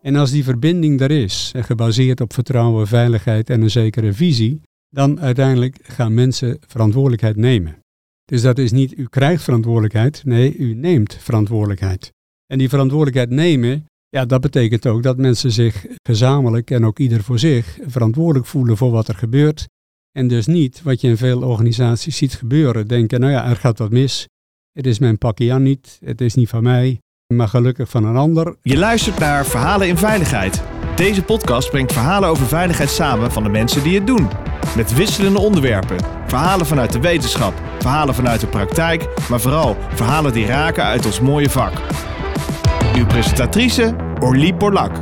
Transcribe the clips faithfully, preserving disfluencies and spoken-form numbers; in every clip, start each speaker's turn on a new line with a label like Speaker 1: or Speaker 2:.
Speaker 1: En als die verbinding er is, en gebaseerd op vertrouwen, veiligheid en een zekere visie, dan uiteindelijk gaan mensen verantwoordelijkheid nemen. Dus dat is niet u krijgt verantwoordelijkheid, nee, u neemt verantwoordelijkheid. En die verantwoordelijkheid nemen, ja, dat betekent ook dat mensen zich gezamenlijk en ook ieder voor zich verantwoordelijk voelen voor wat er gebeurt. En dus niet, wat je in veel organisaties ziet gebeuren, denken, nou ja, er gaat wat mis. Het is mijn pakje aan niet, het is niet van mij, maar gelukkig van een ander.
Speaker 2: Je luistert naar Verhalen in Veiligheid. Deze podcast brengt verhalen over veiligheid samen van de mensen die het doen. Met wisselende onderwerpen. Verhalen vanuit de wetenschap, verhalen vanuit de praktijk, maar vooral verhalen die raken uit ons mooie vak. Uw presentatrice, Orlie Borlak.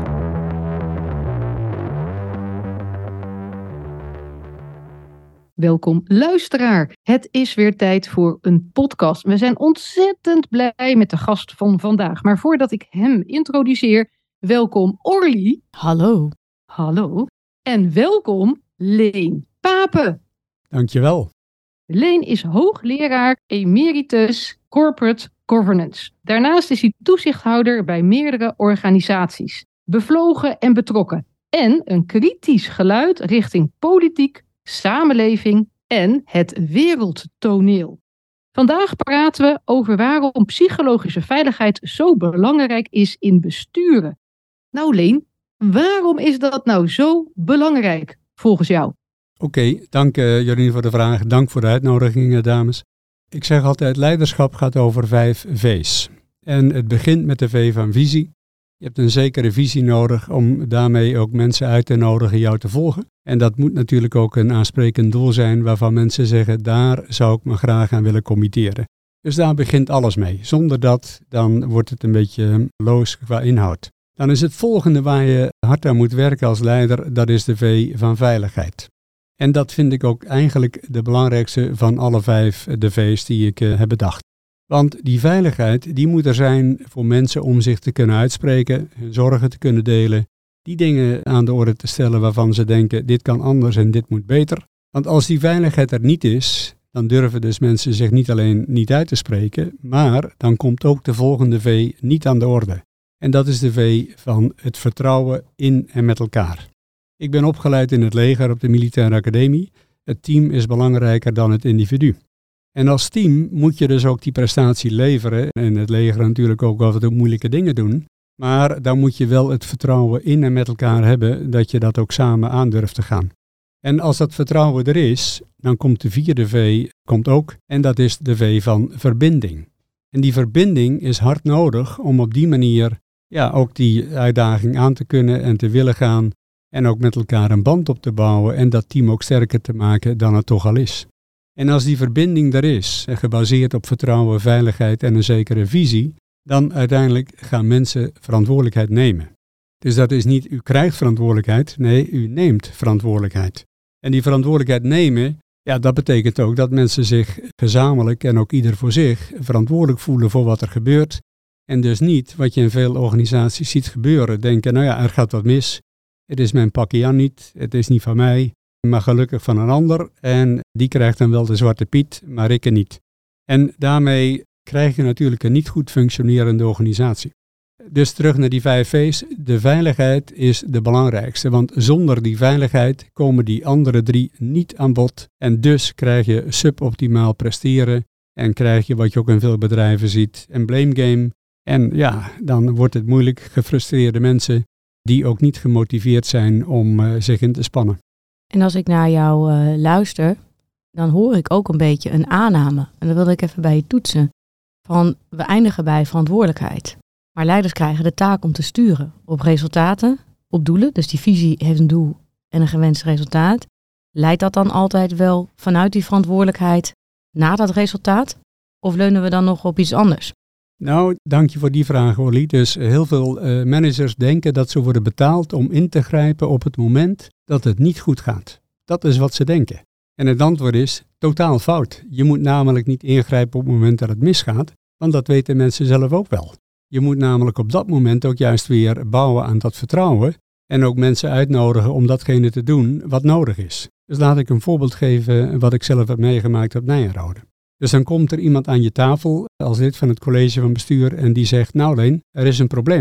Speaker 3: Welkom luisteraar. Het is weer tijd voor een podcast. We zijn ontzettend blij met de gast van vandaag. Maar voordat ik hem introduceer, welkom Orlie.
Speaker 4: Hallo.
Speaker 3: Hallo. En welkom Leen Pape.
Speaker 1: Dankjewel.
Speaker 3: Leen is hoogleraar emeritus corporate governance. Daarnaast is hij toezichthouder bij meerdere organisaties. Bevlogen en betrokken. En een kritisch geluid richting politiek, samenleving en het wereldtoneel. Vandaag praten we over waarom psychologische veiligheid zo belangrijk is in besturen. Nou Leen, waarom is dat nou zo belangrijk volgens jou?
Speaker 1: Oké, okay, dank uh, Jorien voor de vraag. Dank voor de uitnodiging, dames. Ik zeg altijd, leiderschap gaat over vijf V's. En het begint met de V van visie. Je hebt een zekere visie nodig om daarmee ook mensen uit te nodigen jou te volgen. En dat moet natuurlijk ook een aansprekend doel zijn waarvan mensen zeggen, daar zou ik me graag aan willen committeren. Dus daar begint alles mee. Zonder dat, dan wordt het een beetje loos qua inhoud. Dan is het volgende waar je hard aan moet werken als leider, dat is de V van veiligheid. En dat vind ik ook eigenlijk de belangrijkste van alle vijf de V's die ik uh, heb bedacht. Want die veiligheid, die moet er zijn voor mensen om zich te kunnen uitspreken, hun zorgen te kunnen delen, die dingen aan de orde te stellen waarvan ze denken, dit kan anders en dit moet beter. Want als die veiligheid er niet is, dan durven dus mensen zich niet alleen niet uit te spreken, maar dan komt ook de volgende V niet aan de orde. En dat is de V van het vertrouwen in en met elkaar. Ik ben opgeleid in het leger op de militaire academie. Het team is belangrijker dan het individu. En als team moet je dus ook die prestatie leveren. En in het leger natuurlijk ook af en toe moeilijke dingen doen. Maar dan moet je wel het vertrouwen in en met elkaar hebben dat je dat ook samen aandurft te gaan. En als dat vertrouwen er is, dan komt de vierde V komt ook. En dat is de V van verbinding. En die verbinding is hard nodig om op die manier ja, ook die uitdaging aan te kunnen en te willen gaan. En ook met elkaar een band op te bouwen en dat team ook sterker te maken dan het toch al is. En als die verbinding er is, gebaseerd op vertrouwen, veiligheid en een zekere visie, dan uiteindelijk gaan mensen verantwoordelijkheid nemen. Dus dat is niet u krijgt verantwoordelijkheid, nee, u neemt verantwoordelijkheid. En die verantwoordelijkheid nemen, ja, dat betekent ook dat mensen zich gezamenlijk en ook ieder voor zich verantwoordelijk voelen voor wat er gebeurt. En dus niet, wat je in veel organisaties ziet gebeuren, denken, nou ja, er gaat wat mis. Het is mijn pakje aan niet, het is niet van mij, maar gelukkig van een ander. En die krijgt dan wel de zwarte piet, maar ik er niet. En daarmee krijg je natuurlijk een niet goed functionerende organisatie. Dus terug naar die vijf V's. De veiligheid is de belangrijkste, want zonder die veiligheid komen die andere drie niet aan bod. En dus krijg je suboptimaal presteren en krijg je wat je ook in veel bedrijven ziet, een blame game. En ja, dan wordt het moeilijk, gefrustreerde mensen die ook niet gemotiveerd zijn om uh, zich in te spannen.
Speaker 4: En als ik naar jou uh, luister, dan hoor ik ook een beetje een aanname. En dat wilde ik even bij je toetsen. Van, we eindigen bij verantwoordelijkheid. Maar leiders krijgen de taak om te sturen op resultaten, op doelen. Dus die visie heeft een doel en een gewenst resultaat. Leidt dat dan altijd wel vanuit die verantwoordelijkheid naar dat resultaat? Of leunen we dan nog op iets anders?
Speaker 1: Nou, dank je voor die vraag, Orlie. Dus heel veel uh, managers denken dat ze worden betaald om in te grijpen op het moment dat het niet goed gaat. Dat is wat ze denken. En het antwoord is totaal fout. Je moet namelijk niet ingrijpen op het moment dat het misgaat, want dat weten mensen zelf ook wel. Je moet namelijk op dat moment ook juist weer bouwen aan dat vertrouwen en ook mensen uitnodigen om datgene te doen wat nodig is. Dus laat ik een voorbeeld geven wat ik zelf heb meegemaakt op Nijenrode. Dus dan komt er iemand aan je tafel als lid van het college van bestuur en die zegt, nou Leen, er is een probleem.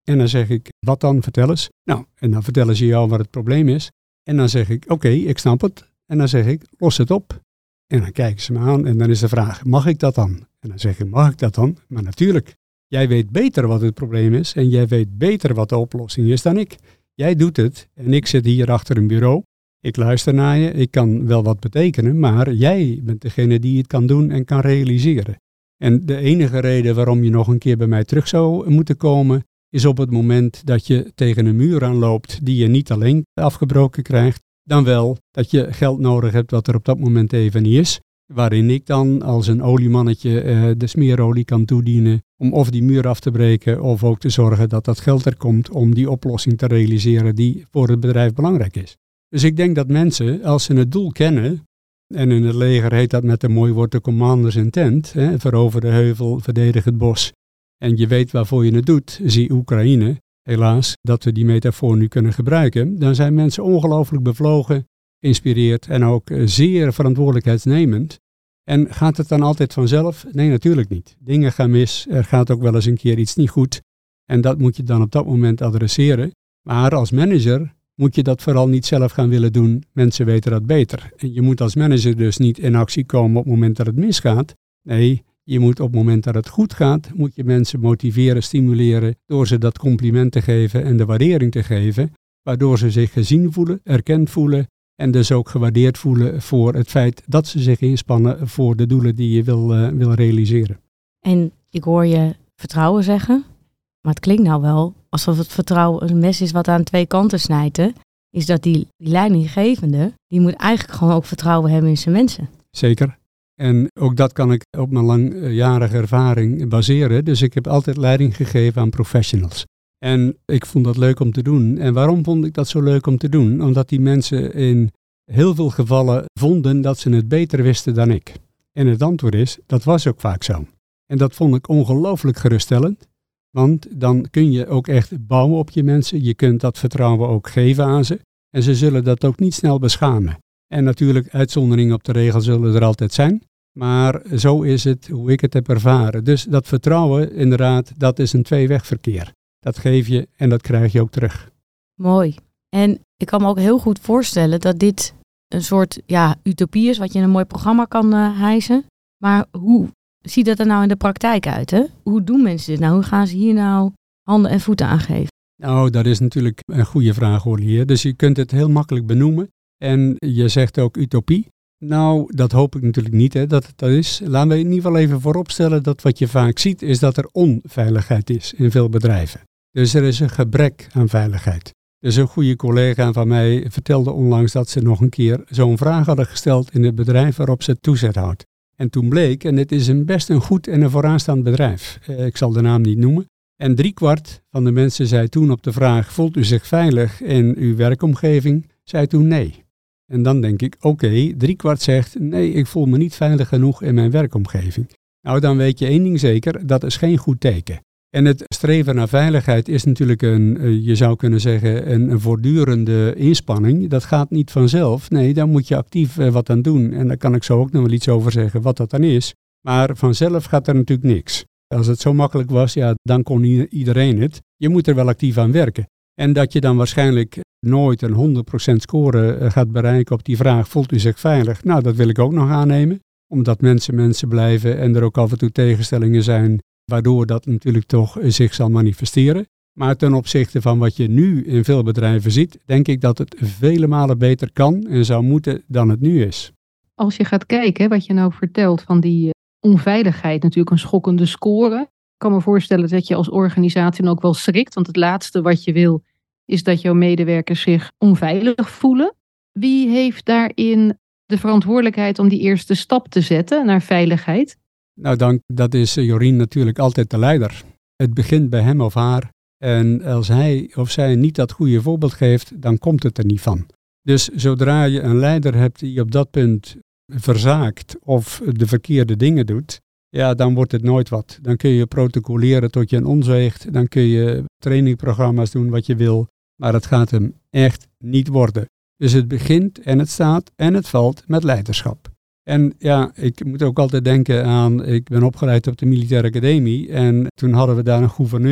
Speaker 1: En dan zeg ik, wat dan? Vertel eens. Nou, en dan vertellen ze jou wat het probleem is. En dan zeg ik, oké, okay, ik snap het. En dan zeg ik, los het op. En dan kijken ze me aan en dan is de vraag, mag ik dat dan? En dan zeg ik, mag ik dat dan? Maar natuurlijk, jij weet beter wat het probleem is en jij weet beter wat de oplossing is dan ik. Jij doet het en ik zit hier achter een bureau. Ik luister naar je, ik kan wel wat betekenen, maar jij bent degene die het kan doen en kan realiseren. En de enige reden waarom je nog een keer bij mij terug zou moeten komen, is op het moment dat je tegen een muur aanloopt die je niet alleen afgebroken krijgt, dan wel dat je geld nodig hebt wat er op dat moment even niet is. Waarin ik dan als een oliemannetje uh, de smeerolie kan toedienen om of die muur af te breken of ook te zorgen dat dat geld er komt om die oplossing te realiseren die voor het bedrijf belangrijk is. Dus ik denk dat mensen, als ze het doel kennen, en in het leger heet dat met een mooi woord de commander's intent, hè, verover de heuvel, verdedig het bos, en je weet waarvoor je het doet, zie Oekraïne, helaas, dat we die metafoor nu kunnen gebruiken, dan zijn mensen ongelooflijk bevlogen, geïnspireerd en ook zeer verantwoordelijkheidsnemend. En gaat het dan altijd vanzelf? Nee, natuurlijk niet. Dingen gaan mis, er gaat ook wel eens een keer iets niet goed en dat moet je dan op dat moment adresseren. Maar als manager moet je dat vooral niet zelf gaan willen doen. Mensen weten dat beter. En je moet als manager dus niet in actie komen op het moment dat het misgaat. Nee, je moet op het moment dat het goed gaat, moet je mensen motiveren, stimuleren, door ze dat compliment te geven en de waardering te geven, waardoor ze zich gezien voelen, erkend voelen en dus ook gewaardeerd voelen voor het feit dat ze zich inspannen voor de doelen die je wil, uh, wil realiseren.
Speaker 4: En ik hoor je vertrouwen zeggen, maar het klinkt nou wel alsof het vertrouwen een mes is wat aan twee kanten snijdt. Hè? Is dat die, die leidinggevende, die moet eigenlijk gewoon ook vertrouwen hebben in zijn mensen.
Speaker 1: Zeker. En ook dat kan ik op mijn langjarige ervaring baseren. Dus ik heb altijd leiding gegeven aan professionals. En ik vond dat leuk om te doen. En waarom vond ik dat zo leuk om te doen? Omdat die mensen in heel veel gevallen vonden dat ze het beter wisten dan ik. En het antwoord is, dat was ook vaak zo. En dat vond ik ongelooflijk geruststellend. Want dan kun je ook echt bouwen op je mensen. Je kunt dat vertrouwen ook geven aan ze. En ze zullen dat ook niet snel beschamen. En natuurlijk, uitzonderingen op de regel zullen er altijd zijn. Maar zo is het hoe ik het heb ervaren. Dus dat vertrouwen, inderdaad, dat is een tweewegverkeer. Dat geef je en dat krijg je ook terug.
Speaker 4: Mooi. En ik kan me ook heel goed voorstellen dat dit een soort ja, utopie is, wat je in een mooi programma kan uh, hijsen. Maar hoe ziet dat er nou in de praktijk uit? Hè? Hoe doen mensen dit nou? Hoe gaan ze hier nou handen en voeten aan geven?
Speaker 1: Nou, dat is natuurlijk een goede vraag, hoor hier. Dus je kunt het heel makkelijk benoemen. En je zegt ook utopie. Nou, dat hoop ik natuurlijk niet, hè, dat het dat is. Laten we in ieder geval even vooropstellen dat wat je vaak ziet is dat er onveiligheid is in veel bedrijven. Dus er is een gebrek aan veiligheid. Dus een goede collega van mij vertelde onlangs dat ze nog een keer zo'n vraag hadden gesteld in het bedrijf waarop ze toezicht houdt. En toen bleek, en dit is een best een goed en een vooraanstaand bedrijf, eh, ik zal de naam niet noemen, en driekwart van de mensen zei toen op de vraag, voelt u zich veilig in uw werkomgeving, zei toen nee. En dan denk ik, oké, okay, driekwart zegt, nee, ik voel me niet veilig genoeg in mijn werkomgeving. Nou, dan weet je één ding zeker, dat is geen goed teken. En het streven naar veiligheid is natuurlijk een, je zou kunnen zeggen, een, een voortdurende inspanning. Dat gaat niet vanzelf. Nee, daar moet je actief wat aan doen. En daar kan ik zo ook nog wel iets over zeggen wat dat dan is. Maar vanzelf gaat er natuurlijk niks. Als het zo makkelijk was, ja, dan kon iedereen het. Je moet er wel actief aan werken. En dat je dan waarschijnlijk nooit een honderd procent score gaat bereiken op die vraag, voelt u zich veilig? Nou, dat wil ik ook nog aannemen. Omdat mensen mensen blijven en er ook af en toe tegenstellingen zijn, waardoor dat natuurlijk toch zich zal manifesteren. Maar ten opzichte van wat je nu in veel bedrijven ziet, denk ik dat het vele malen beter kan en zou moeten dan het nu is.
Speaker 3: Als je gaat kijken, wat je nou vertelt van die onveiligheid, natuurlijk een schokkende score. Ik kan me voorstellen dat je als organisatie dan ook wel schrikt, want het laatste wat je wil is dat jouw medewerkers zich onveilig voelen. Wie heeft daarin de verantwoordelijkheid om die eerste stap te zetten naar veiligheid?
Speaker 1: Nou, dank, dat is Jorien natuurlijk altijd de leider. Het begint bij hem of haar. En als hij of zij niet dat goede voorbeeld geeft, dan komt het er niet van. Dus zodra je een leider hebt die op dat punt verzaakt of de verkeerde dingen doet, ja, dan wordt het nooit wat. Dan kun je protocoleren tot je een onzeegt. Dan kun je trainingprogramma's doen wat je wil. Maar het gaat hem echt niet worden. Dus het begint en het staat en het valt met leiderschap. En ja, ik moet ook altijd denken aan, ik ben opgeleid op de militaire academie en toen hadden we daar een gouverneur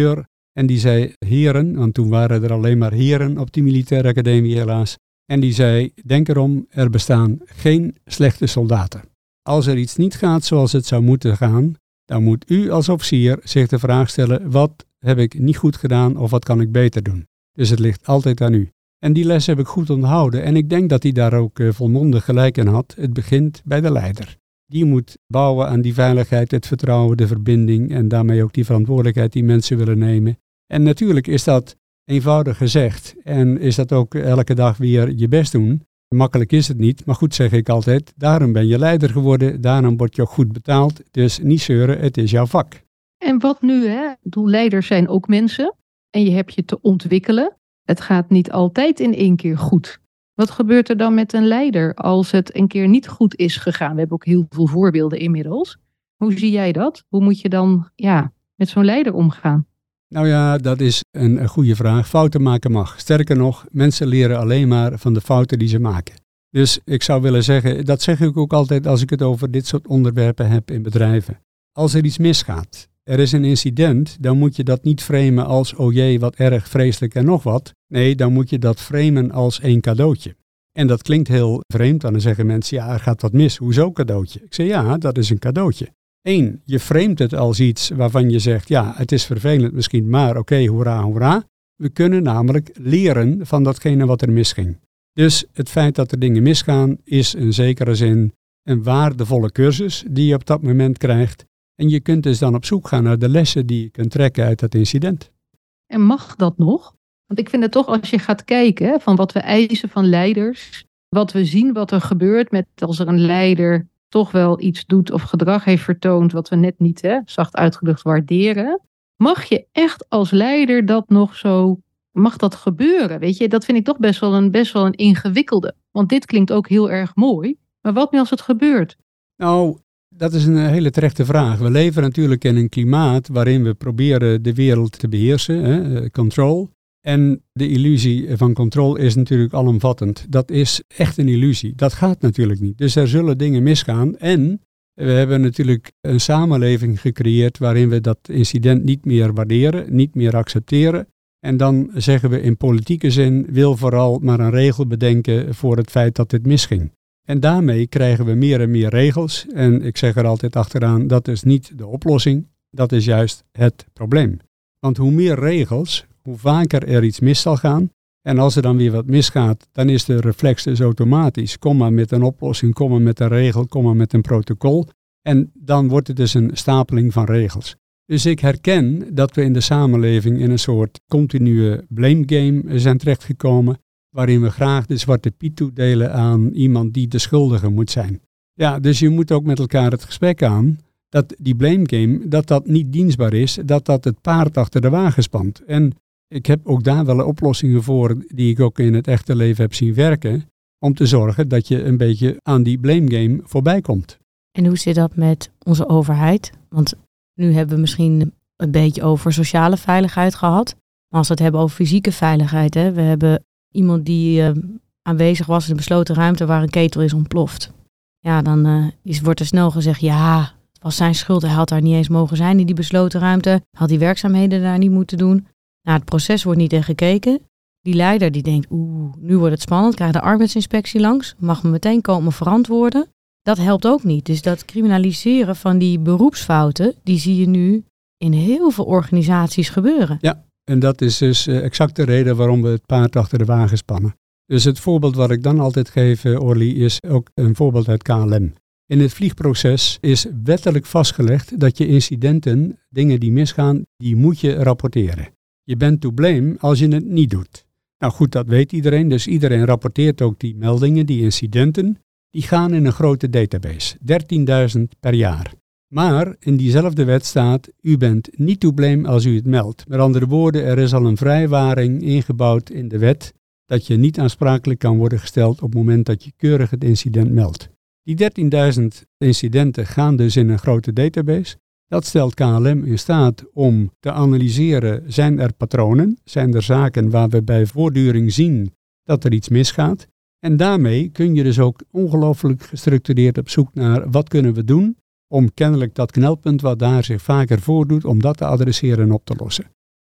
Speaker 1: En die zei, heren, want toen waren er alleen maar heren op die militaire academie helaas. En die zei, denk erom, er bestaan geen slechte soldaten. Als er iets niet gaat zoals het zou moeten gaan, dan moet u als officier zich de vraag stellen, wat heb ik niet goed gedaan of wat kan ik beter doen? Dus het ligt altijd aan u. En die les heb ik goed onthouden en ik denk dat hij daar ook uh, volmondig gelijk in had. Het begint bij de leider. Die moet bouwen aan die veiligheid, het vertrouwen, de verbinding en daarmee ook die verantwoordelijkheid die mensen willen nemen. En natuurlijk is dat eenvoudig gezegd en is dat ook elke dag weer je best doen. Makkelijk is het niet, maar goed zeg ik altijd, daarom ben je leider geworden, daarom word je ook goed betaald. Dus niet zeuren, het is jouw vak.
Speaker 3: En wat nu, hè? Leiders zijn ook mensen en je hebt je te ontwikkelen. Het gaat niet altijd in één keer goed. Wat gebeurt er dan met een leider als het een keer niet goed is gegaan? We hebben ook heel veel voorbeelden inmiddels. Hoe zie jij dat? Hoe moet je dan ja, met zo'n leider omgaan?
Speaker 1: Nou ja, dat is een, een goede vraag. Fouten maken mag. Sterker nog, mensen leren alleen maar van de fouten die ze maken. Dus ik zou willen zeggen, dat zeg ik ook altijd als ik het over dit soort onderwerpen heb in bedrijven. Als er iets misgaat, er is een incident, dan moet je dat niet framen als, oh jee, wat erg, vreselijk en nog wat. Nee, dan moet je dat framen als een cadeautje. En dat klinkt heel vreemd, want dan zeggen mensen, ja, er gaat wat mis. Hoezo cadeautje? Ik zeg, ja, dat is een cadeautje. Eén, je framet het als iets waarvan je zegt, ja, het is vervelend misschien, maar oké, okay, hoera, hoera. We kunnen namelijk leren van datgene wat er misging. Dus het feit dat er dingen misgaan is in zekere zin een waardevolle cursus die je op dat moment krijgt. En je kunt dus dan op zoek gaan naar de lessen die je kunt trekken uit dat incident.
Speaker 3: En mag dat nog? Want ik vind het toch, als je gaat kijken van wat we eisen van leiders, wat we zien wat er gebeurt met als er een leider toch wel iets doet of gedrag heeft vertoond wat we net niet, hè, zacht uitgedrukt, waarderen. Mag je echt als leider dat nog zo, mag dat gebeuren? Weet je, dat vind ik toch best wel een, best wel een ingewikkelde. Want dit klinkt ook heel erg mooi. Maar wat nu als het gebeurt?
Speaker 1: Nou, dat is een hele terechte vraag. We leven natuurlijk in een klimaat waarin we proberen de wereld te beheersen, hè, control. En de illusie van controle is natuurlijk alomvattend. Dat is echt een illusie. Dat gaat natuurlijk niet. Dus er zullen dingen misgaan. En we hebben natuurlijk een samenleving gecreëerd waarin we dat incident niet meer waarderen, niet meer accepteren. En dan zeggen we in politieke zin, wil vooral maar een regel bedenken voor het feit dat dit misging. En daarmee krijgen we meer en meer regels. En ik zeg er altijd achteraan, dat is niet de oplossing. Dat is juist het probleem. Want hoe meer regels, hoe vaker er iets mis zal gaan. En als er dan weer wat misgaat, dan is de reflex dus automatisch. Kom maar met een oplossing, kom maar met een regel, kom maar met een protocol. En dan wordt het dus een stapeling van regels. Dus ik herken dat we in de samenleving in een soort continue blame game zijn terechtgekomen, waarin we graag de zwarte piet toedelen aan iemand die de schuldige moet zijn. Ja, dus je moet ook met elkaar het gesprek aan dat die blame game, dat dat niet dienstbaar is, dat dat het paard achter de wagen spant. En ik heb ook daar wel oplossingen voor die ik ook in het echte leven heb zien werken, om te zorgen dat je een beetje aan die blame game voorbij komt.
Speaker 4: En hoe zit dat met onze overheid? Want nu hebben we misschien een beetje over sociale veiligheid gehad. Maar als we het hebben over fysieke veiligheid, hè, we hebben iemand die uh, aanwezig was in een besloten ruimte waar een ketel is ontploft. Ja, dan uh, is, wordt er snel gezegd, ja, het was zijn schuld. Hij had daar niet eens mogen zijn in die besloten ruimte. Had die werkzaamheden daar niet moeten doen. Nou, het proces wordt niet echt gekeken. Die leider die denkt, oeh, nu wordt het spannend. Krijgt de arbeidsinspectie langs. Mag me meteen komen verantwoorden. Dat helpt ook niet. Dus dat criminaliseren van die beroepsfouten, die zie je nu in heel veel organisaties gebeuren.
Speaker 1: Ja, en dat is dus exact de reden waarom we het paard achter de wagen spannen. Dus het voorbeeld wat ik dan altijd geef, Orly, is ook een voorbeeld uit K L M. In het vliegproces is wettelijk vastgelegd dat je incidenten, dingen die misgaan, die moet je rapporteren. Je bent to blame als je het niet doet. Nou goed, dat weet iedereen, dus iedereen rapporteert ook die meldingen, die incidenten. Die gaan in een grote database, dertienduizend per jaar. Maar in diezelfde wet staat, u bent niet to blame als u het meldt. Met andere woorden, er is al een vrijwaring ingebouwd in de wet dat je niet aansprakelijk kan worden gesteld op het moment dat je keurig het incident meldt. Die dertienduizend incidenten gaan dus in een grote database. Dat stelt K L M in staat om te analyseren, zijn er patronen, zijn er zaken waar we bij voortduring zien dat er iets misgaat. En daarmee kun je dus ook ongelooflijk gestructureerd op zoek naar wat kunnen we doen om kennelijk dat knelpunt wat daar zich vaker voordoet, om dat te adresseren en op te lossen.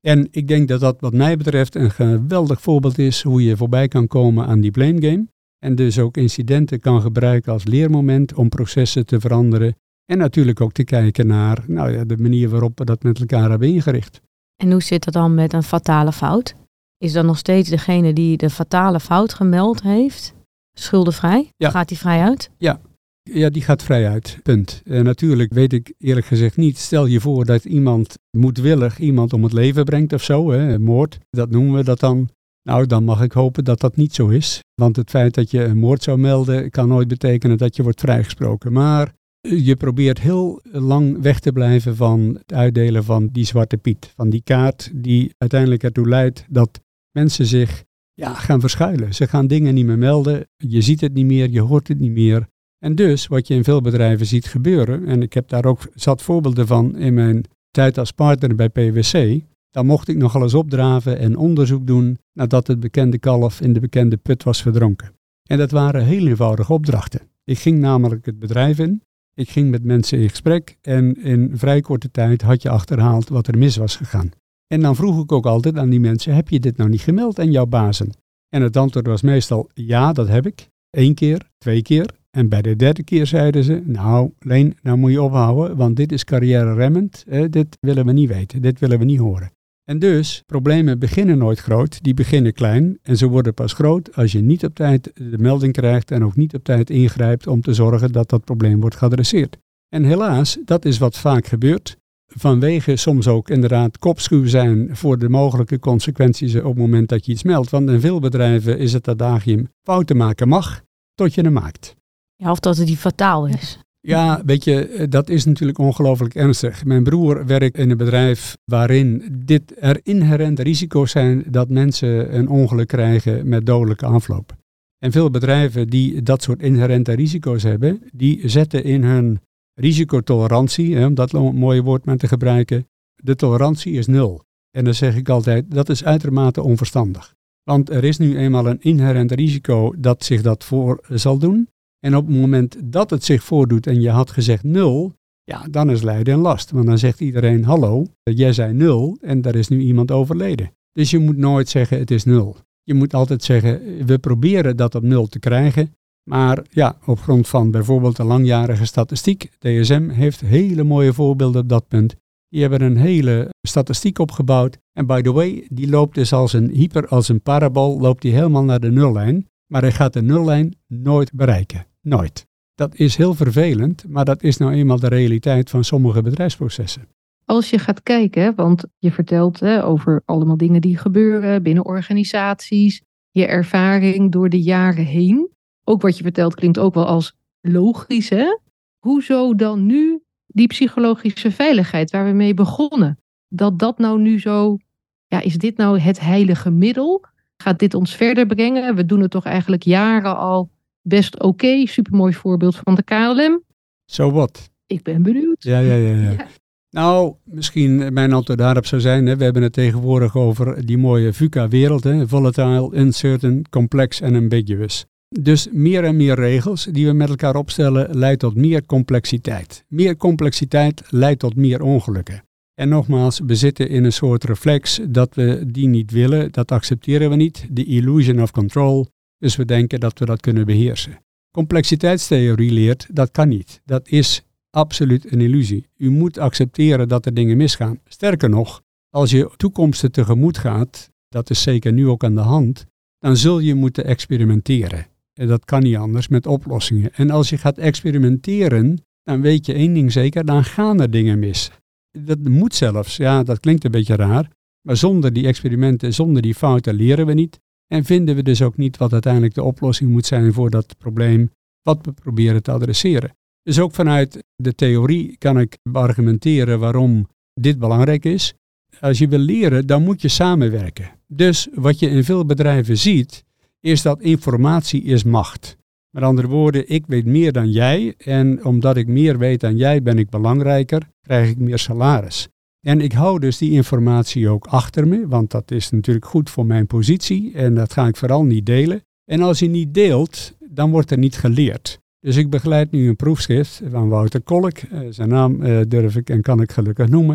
Speaker 1: En ik denk dat dat wat mij betreft een geweldig voorbeeld is hoe je voorbij kan komen aan die blame game. En dus ook incidenten kan gebruiken als leermoment om processen te veranderen. En natuurlijk ook te kijken naar nou ja, de manier waarop we dat met elkaar hebben ingericht.
Speaker 4: En hoe zit dat dan met een fatale fout? Is dan nog steeds degene die de fatale fout gemeld heeft schuldenvrij?
Speaker 1: Ja.
Speaker 4: Gaat die vrij uit?
Speaker 1: Ja. Ja, die gaat vrij uit. Punt. En natuurlijk weet ik eerlijk gezegd niet. Stel je voor dat iemand moedwillig iemand om het leven brengt of zo. Hè, moord, dat noemen we dat dan. Nou, dan mag ik hopen dat dat niet zo is. Want het feit dat je een moord zou melden kan nooit betekenen dat je wordt vrijgesproken. Maar je probeert heel lang weg te blijven van het uitdelen van die zwarte piet. Van die kaart die uiteindelijk ertoe leidt dat mensen zich ja, gaan verschuilen. Ze gaan dingen niet meer melden. Je ziet het niet meer, je hoort het niet meer. En dus, wat je in veel bedrijven ziet gebeuren, en ik heb daar ook zat voorbeelden van in mijn tijd als partner bij P W C, dan mocht ik nogal eens opdraven en onderzoek doen nadat het bekende kalf in de bekende put was verdronken. En dat waren heel eenvoudige opdrachten. Ik ging namelijk het bedrijf in, ik ging met mensen in gesprek en in vrij korte tijd had je achterhaald wat er mis was gegaan. En dan vroeg ik ook altijd aan die mensen, heb je dit nou niet gemeld aan jouw bazen? En het antwoord was meestal, ja, dat heb ik. Eén keer, twee keer. En bij de derde keer zeiden ze, nou Leen, nou moet je ophouden, want dit is carrière remmend. Eh, dit willen we niet weten, dit willen we niet horen. En dus, problemen beginnen nooit groot, die beginnen klein. En ze worden pas groot als je niet op tijd de melding krijgt en ook niet op tijd ingrijpt om te zorgen dat dat probleem wordt geadresseerd. En helaas, dat is wat vaak gebeurt. Vanwege soms ook inderdaad kopschuw zijn voor de mogelijke consequenties op het moment dat je iets meldt. Want in veel bedrijven is het adagium, fouten maken mag, tot je hem maakt.
Speaker 4: Ja, of dat het die fataal is.
Speaker 1: Ja, weet je, dat is natuurlijk ongelooflijk ernstig. Mijn broer werkt in een bedrijf waarin dit er inherente risico's zijn dat mensen een ongeluk krijgen met dodelijke afloop. En veel bedrijven die dat soort inherente risico's hebben, die zetten in hun risicotolerantie, hè, om dat een mooie woord maar te gebruiken, de tolerantie is nul. En dan zeg ik altijd, dat is uitermate onverstandig. Want er is nu eenmaal een inherent risico dat zich dat voor zal doen. En op het moment dat het zich voordoet en je had gezegd nul, ja, dan is lijden en last. Want dan zegt iedereen, hallo, jij zei nul en daar is nu iemand overleden. Dus je moet nooit zeggen het is nul. Je moet altijd zeggen, we proberen dat op nul te krijgen. Maar ja, op grond van bijvoorbeeld een langjarige statistiek, D S M heeft hele mooie voorbeelden op dat punt. Die hebben een hele statistiek opgebouwd. En by the way, die loopt dus als een hyper, als een parabool, loopt die helemaal naar de nullijn. Maar hij gaat de nullijn nooit bereiken. Nooit. Dat is heel vervelend, maar dat is nou eenmaal de realiteit van sommige bedrijfsprocessen.
Speaker 3: Als je gaat kijken, want je vertelt hè, over allemaal dingen die gebeuren binnen organisaties, je ervaring door de jaren heen. Ook wat je vertelt klinkt ook wel als logisch, hè? Hoezo dan nu die psychologische veiligheid waar we mee begonnen? Dat dat nou nu zo, ja, is dit nou het heilige middel? Gaat dit ons verder brengen? We doen het toch eigenlijk jaren al best oké. Okay. Supermooi voorbeeld van de K L M.
Speaker 1: So what?
Speaker 3: Ik ben benieuwd.
Speaker 1: Ja, ja, ja, ja. ja. Nou, misschien mijn antwoord daarop zou zijn, hè, we hebben het tegenwoordig over die mooie VUCA-wereld, hè, volatile, uncertain, complex en ambiguous. Dus meer en meer regels die we met elkaar opstellen leidt tot meer complexiteit. Meer complexiteit leidt tot meer ongelukken. En nogmaals, we zitten in een soort reflex dat we die niet willen, dat accepteren we niet, de illusion of control. Dus we denken dat we dat kunnen beheersen. Complexiteitstheorie leert, dat kan niet. Dat is absoluut een illusie. U moet accepteren dat er dingen misgaan. Sterker nog, als je toekomsten tegemoet gaat, dat is zeker nu ook aan de hand, dan zul je moeten experimenteren. En dat kan niet anders met oplossingen. En als je gaat experimenteren, dan weet je één ding zeker, dan gaan er dingen mis. Dat moet zelfs, ja, dat klinkt een beetje raar, maar zonder die experimenten, zonder die fouten leren we niet. En vinden we dus ook niet wat uiteindelijk de oplossing moet zijn voor dat probleem wat we proberen te adresseren. Dus ook vanuit de theorie kan ik argumenteren waarom dit belangrijk is. Als je wil leren, dan moet je samenwerken. Dus wat je in veel bedrijven ziet, is dat informatie is macht. Met andere woorden, ik weet meer dan jij en omdat ik meer weet dan jij ben ik belangrijker, krijg ik meer salaris. En ik hou dus die informatie ook achter me, want dat is natuurlijk goed voor mijn positie en dat ga ik vooral niet delen. En als je niet deelt, dan wordt er niet geleerd. Dus ik begeleid nu een proefschrift van Wouter Kolk, zijn naam uh, durf ik en kan ik gelukkig noemen.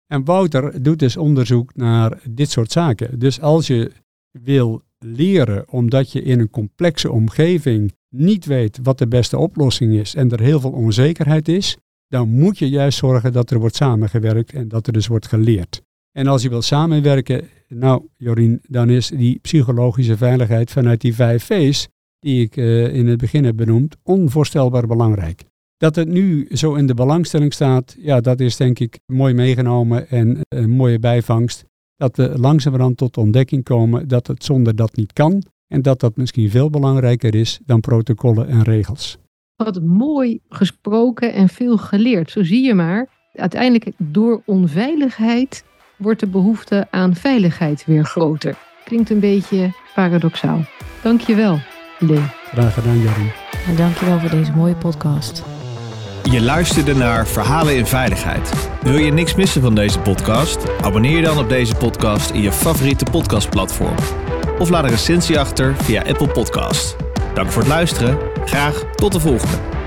Speaker 1: En Wouter doet dus onderzoek naar dit soort zaken. Dus als je wil leren omdat je in een complexe omgeving niet weet wat de beste oplossing is en er heel veel onzekerheid is, dan moet je juist zorgen dat er wordt samengewerkt en dat er dus wordt geleerd. En als je wil samenwerken, nou Jorien, dan is die psychologische veiligheid vanuit die vijf V's, die ik uh, in het begin heb benoemd, onvoorstelbaar belangrijk. Dat het nu zo in de belangstelling staat, ja, dat is denk ik mooi meegenomen en een mooie bijvangst. Dat we langzamerhand tot de ontdekking komen dat het zonder dat niet kan en dat dat misschien veel belangrijker is dan protocollen en regels.
Speaker 3: Wat mooi gesproken en veel geleerd. Zo zie je maar, uiteindelijk door onveiligheid wordt de behoefte aan veiligheid weer groter. Klinkt een beetje paradoxaal. Dank je wel, Leen.
Speaker 1: Graag gedaan, Jorien.
Speaker 4: En dank je wel voor deze mooie podcast.
Speaker 2: Je luisterde naar Verhalen in Veiligheid. Wil je niks missen van deze podcast? Abonneer je dan op deze podcast in je favoriete podcastplatform. Of laat een recensie achter via Apple Podcast. Dank voor het luisteren. Graag tot de volgende.